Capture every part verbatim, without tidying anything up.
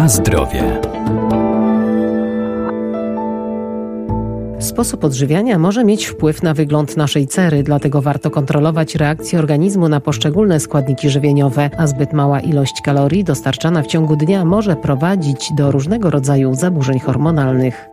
Na zdrowie. Sposób odżywiania może mieć wpływ na wygląd naszej cery, dlatego warto kontrolować reakcję organizmu na poszczególne składniki żywieniowe, a zbyt mała ilość kalorii dostarczana w ciągu dnia może prowadzić do różnego rodzaju zaburzeń hormonalnych.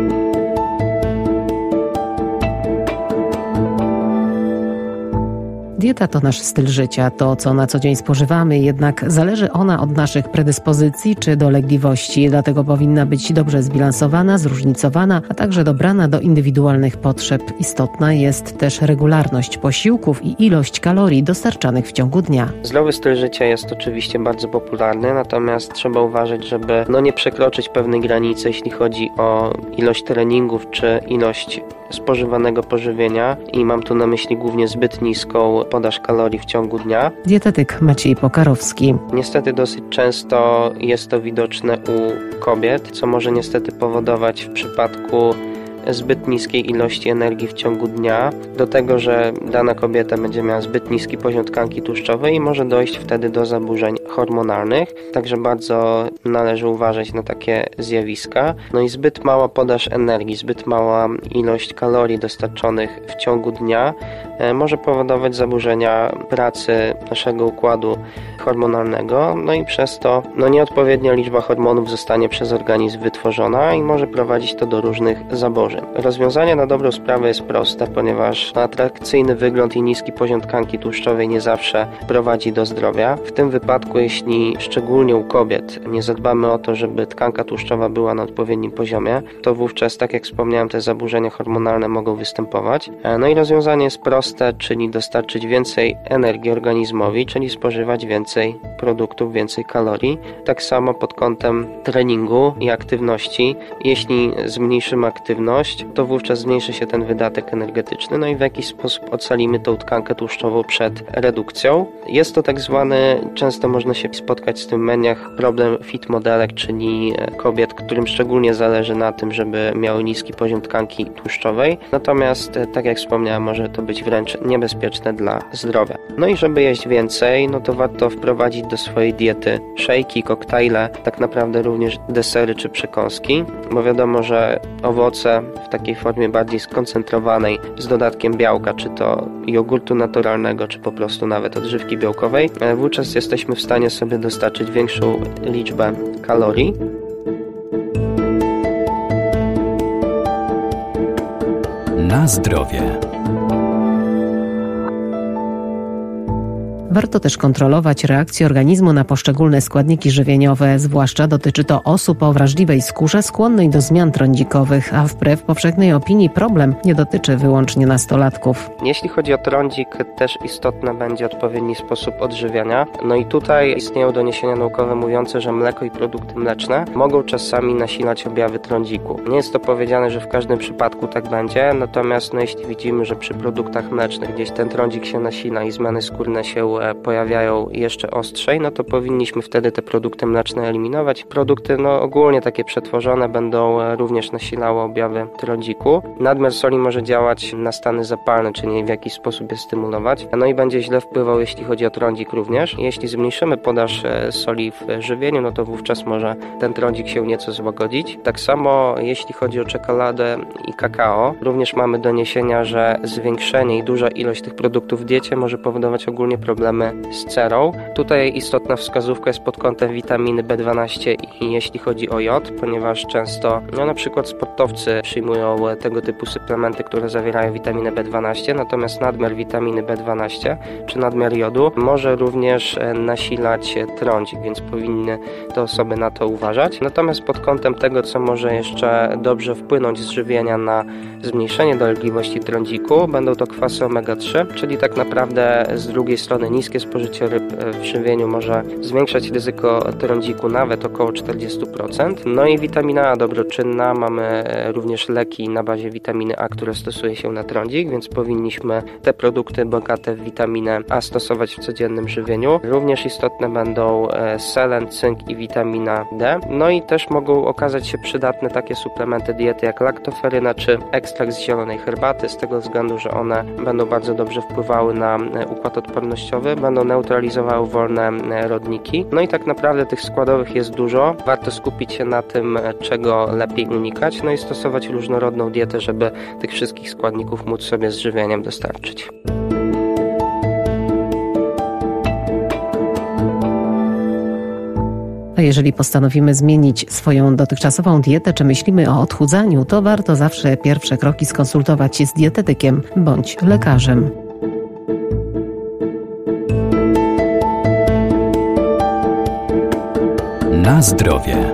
Dieta to nasz styl życia, to co na co dzień spożywamy, jednak zależy ona od naszych predyspozycji czy dolegliwości, dlatego powinna być dobrze zbilansowana, zróżnicowana, a także dobrana do indywidualnych potrzeb. Istotna jest też regularność posiłków i ilość kalorii dostarczanych w ciągu dnia. Zdrowy styl życia jest oczywiście bardzo popularny, natomiast trzeba uważać, żeby no nie przekroczyć pewnej granicy, jeśli chodzi o ilość treningów czy ilość spożywanego pożywienia i mam tu na myśli głównie zbyt niską podaż kalorii w ciągu dnia. Dietetyk Maciej Pokarowski. Niestety dosyć często jest to widoczne u kobiet, co może niestety powodować w przypadku zbyt niskiej ilości energii w ciągu dnia do tego, że dana kobieta będzie miała zbyt niski poziom tkanki tłuszczowej i może dojść wtedy do zaburzeń hormonalnych. Także bardzo należy uważać na takie zjawiska. No i zbyt mała podaż energii, zbyt mała ilość kalorii dostarczonych w ciągu dnia może powodować zaburzenia pracy naszego układu hormonalnego, no i przez to no nieodpowiednia liczba hormonów zostanie przez organizm wytworzona i może prowadzić to do różnych zaburzeń. Rozwiązanie na dobrą sprawę jest proste, ponieważ atrakcyjny wygląd i niski poziom tkanki tłuszczowej nie zawsze prowadzi do zdrowia. W tym wypadku, jeśli szczególnie u kobiet nie zadbamy o to, żeby tkanka tłuszczowa była na odpowiednim poziomie, to wówczas, tak jak wspomniałem, te zaburzenia hormonalne mogą występować. No i rozwiązanie jest proste, czyli dostarczyć więcej energii organizmowi, czyli spożywać więcej produktów, więcej kalorii. Tak samo pod kątem treningu i aktywności. Jeśli zmniejszymy aktywność, to wówczas zmniejszy się ten wydatek energetyczny, no i w jakiś sposób ocalimy tą tkankę tłuszczową przed redukcją. Jest to tak zwany, często można się spotkać z tym w mediach, problem fit modelek, czyli kobiet, którym szczególnie zależy na tym, żeby miały niski poziom tkanki tłuszczowej. Natomiast, tak jak wspomniałem, może to być wręcz niebezpieczne dla zdrowia. No i żeby jeść więcej, no to warto wprowadzić do swojej diety szejki, koktajle, tak naprawdę również desery czy przekąski, bo wiadomo, że owoce w takiej formie bardziej skoncentrowanej z dodatkiem białka, czy to jogurtu naturalnego, czy po prostu nawet odżywki białkowej, wówczas jesteśmy w stanie sobie dostarczyć większą liczbę kalorii. Na zdrowie. Warto też kontrolować reakcję organizmu na poszczególne składniki żywieniowe, zwłaszcza dotyczy to osób o wrażliwej skórze skłonnej do zmian trądzikowych, a wbrew powszechnej opinii problem nie dotyczy wyłącznie nastolatków. Jeśli chodzi o trądzik, też istotny będzie odpowiedni sposób odżywiania. No i tutaj istnieją doniesienia naukowe mówiące, że mleko i produkty mleczne mogą czasami nasilać objawy trądziku. Nie jest to powiedziane, że w każdym przypadku tak będzie, natomiast no, jeśli widzimy, że przy produktach mlecznych gdzieś ten trądzik się nasila i zmiany skórne się pojawiają jeszcze ostrzej, no to powinniśmy wtedy te produkty mleczne eliminować. Produkty no ogólnie takie przetworzone będą również nasilały objawy trądziku. Nadmiar soli może działać na stany zapalne, czyli w jakiś sposób je stymulować. No i będzie źle wpływał, jeśli chodzi o trądzik również. Jeśli zmniejszymy podaż soli w żywieniu, no to wówczas może ten trądzik się nieco złagodzić. Tak samo jeśli chodzi o czekoladę i kakao, również mamy doniesienia, że zwiększenie i duża ilość tych produktów w diecie może powodować ogólnie problemy z cerą. Tutaj istotna wskazówka jest pod kątem witaminy B dwanaście i jeśli chodzi o jod, ponieważ często no, na przykład sportowcy przyjmują tego typu suplementy, które zawierają witaminę B dwanaście, natomiast nadmiar witaminy B dwanaście czy nadmiar jodu może również nasilać trądzik, więc powinny te osoby na to uważać. Natomiast pod kątem tego, co może jeszcze dobrze wpłynąć z żywienia na zmniejszenie dolegliwości trądziku, będą to kwasy omega trzy, czyli tak naprawdę z drugiej strony niskie spożycie ryb w żywieniu może zwiększać ryzyko trądziku nawet około czterdzieści procent. No i witamina A dobroczynna, mamy również leki na bazie witaminy A, które stosuje się na trądzik, więc powinniśmy te produkty bogate w witaminę A stosować w codziennym żywieniu. Również istotne będą selen, cynk i witamina D. No i też mogą okazać się przydatne takie suplementy diety jak laktoferyna czy ekstrakt z zielonej herbaty, z tego względu, że one będą bardzo dobrze wpływały na układ odpornościowy działały, będą neutralizowały wolne rodniki. No i tak naprawdę tych składowych jest dużo. Warto skupić się na tym, czego lepiej unikać, no i stosować różnorodną dietę, żeby tych wszystkich składników móc sobie z żywieniem dostarczyć. A jeżeli postanowimy zmienić swoją dotychczasową dietę, czy myślimy o odchudzaniu, to warto zawsze pierwsze kroki skonsultować się z dietetykiem bądź lekarzem. Na zdrowie.